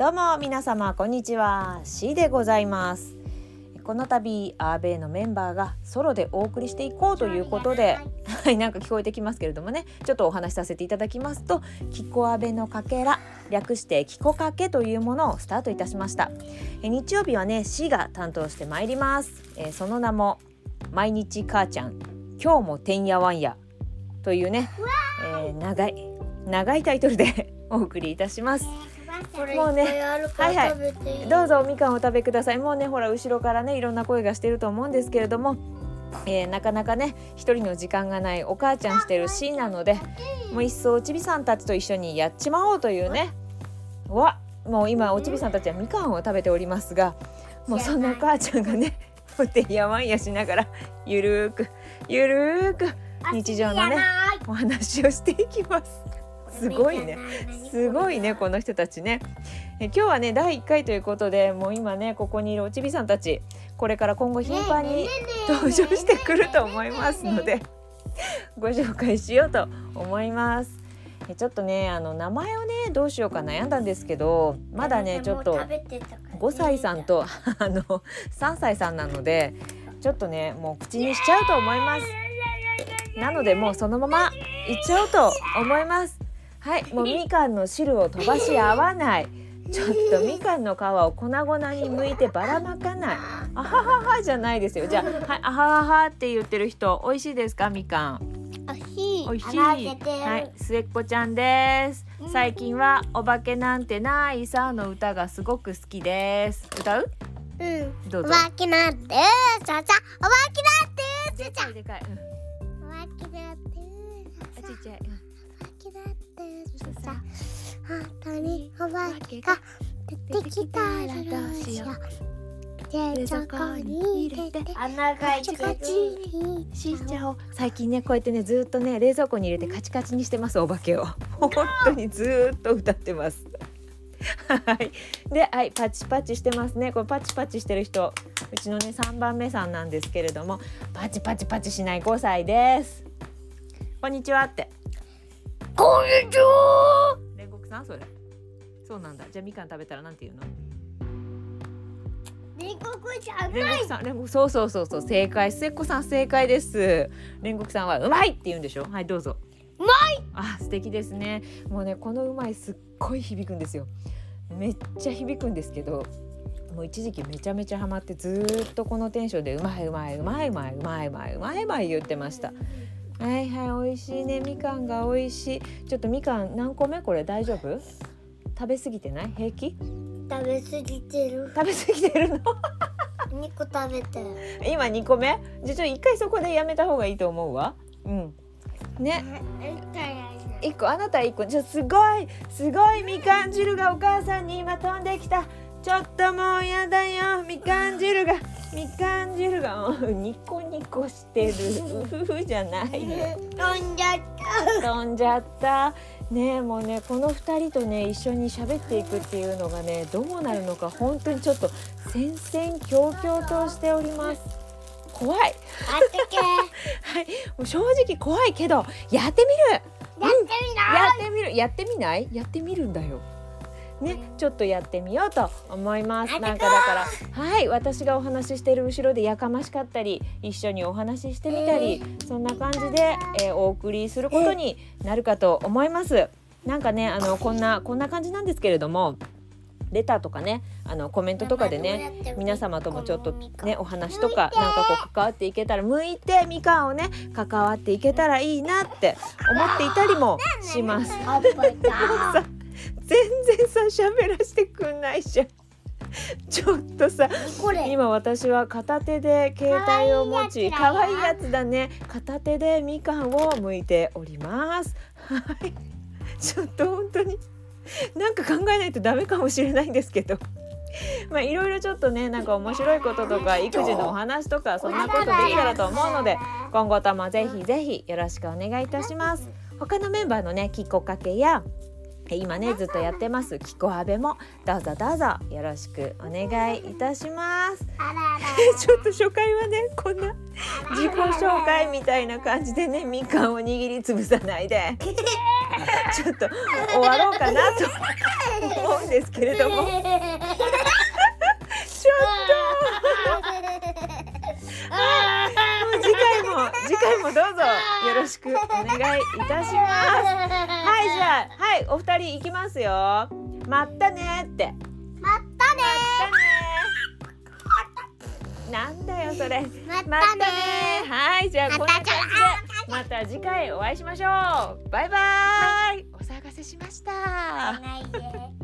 どうも皆様こんにちは、C でございます。この度アーベイのメンバーがソロでお送りしていこうということでなんか聞こえてきますけれどもね、ちょっとお話しさせていただきますと、キコアベのかけら、略してキコかけというものをスタートいたしました。日曜日はね C が担当してまいります。その名も毎日母ちゃん今日もてんやわんやというね、長いタイトルでお送りいたします。もうね、どうぞおみかんをお食べください。もうね、ほら後ろからねいろんな声がしてると思うんですけれども、なかなかね一人の時間がないお母ちゃんしてるシーンなので、もう一層おちびさんたちと一緒にやっちまおうというね。もう今おちびさんたちはみかんを食べておりますが、もうそんなお母ちゃんがねてんやわんやしながらゆるーく日常のねお話をしていきます。すごいねこの人たちね。今日はね第1回ということで、もう今ねここにいるおちびさんたち、これから今後頻繁に登場してくると思いますのでご紹介しようと思います。ちょっとね名前をねどうしようか悩んだんですけど、まだねちょっと5歳さんと3歳さんなので、ちょっとねもう口にしちゃうと思います。なのでもうそのままいっちゃおうと思います。はい、もうみかんの汁を飛ばし合わない、ちょっとみかんの皮を粉々に剥いてばらまかない、あはははじゃないですよ。じゃあ、はい、あはははって言ってる人、美味しいですか？みかんおいしい。はい、末っ子ちゃんです。最近はお化けなんてないさの歌がすごく好きです。歌う？どうぞ。 お化けなんてお化けなんてでかい、 お化けなんてちっちゃい、 本当にお化けが出てきたらどうしよう、冷蔵庫に入れて穴が開いてカチにしちゃおう。最近ねこうやってねずっとね冷蔵庫に入れてカチカチにしてます、お化けを。本当にずっと歌ってますはいで、はい、パチパチしてますね。これパチパチしてる人、うちのね3番目さんなんですけれども、パチパチパチしない5歳です。こんにちはって。 こんにちは。 煉獄さん、それそうなんだ。じゃあみかん食べたらなんて言うの？ 煉獄じゃない。 煉獄さん、煉獄、そう正解。末っ子さん正解です。煉獄さんはうまいって言うんでしょ。はい、どうぞ。 うまい。 あ、素敵ですね。もうねこのうまいすっごい響くんですよ。めっちゃ響くんですけど、もう一時期めちゃめちゃハマって、ずっとこのテンションでうまい言ってました。はいはい、美味しいね。みかんが美味しい。ちょっとみかん何個目？これ大丈夫？食べ過ぎてない？平気？ 食べ過ぎてるの 2個食べてる。 今2個目？じゃあちょっと一回そこでやめた方がいいと思うわ。ね、1個、あなた1個。じゃあすごいみかん汁がお母さんに今飛んできた。ちょっともうやだよ、みかん汁がニコニコしてる。ふふじゃないよ。飛んじゃったね。もうねこの2人とね一緒に喋っていくっていうのがね、どうなるのか本当にちょっと戦々恐々としております。怖いはい、正直怖いけどやってみるんだよね。ちょっとやってみようと思います。なんかだからはい、私がお話ししてる後ろでやかましかったり、一緒にお話ししてみたり、そんな感じで、お送りすることになるかと思います。なんかねこんな感じなんですけれども、レターとかねコメントとかでね、皆様ともちょっとねお話とかなんかこう関わっていけたら、向いてみかんをね関わっていけたらいいなって思っていたりもします。全然さ喋らせてくんないじゃん。ちょっとさ、今私は片手で携帯を持ち、可愛いやつだね、片手でみかんを剥いております。はい、ちょっと本当になんか考えないとダメかもしれないんですけどいろいろちょっとねなんか面白いこととか育児のお話とかそんなことできたらと思うので、今後ともぜひぜひよろしくお願いいたします。他のメンバーのねきっこかけや今ねずっとやってますキコアベもどうぞどうぞよろしくお願いいたしますちょっと初回はねこんな自己紹介みたいな感じでねみかんを握りつぶさないでちょっと終わろうかなと思うんですけれどもちょっともう次回もどうぞよろしくお願いいたします。はいじゃあはいお二人行きますよ。まったねってまったねなんだよそれまったねはいじゃあこんな感じでまた次回お会いしましょう。バイバイ。お騒がせしました。 ないで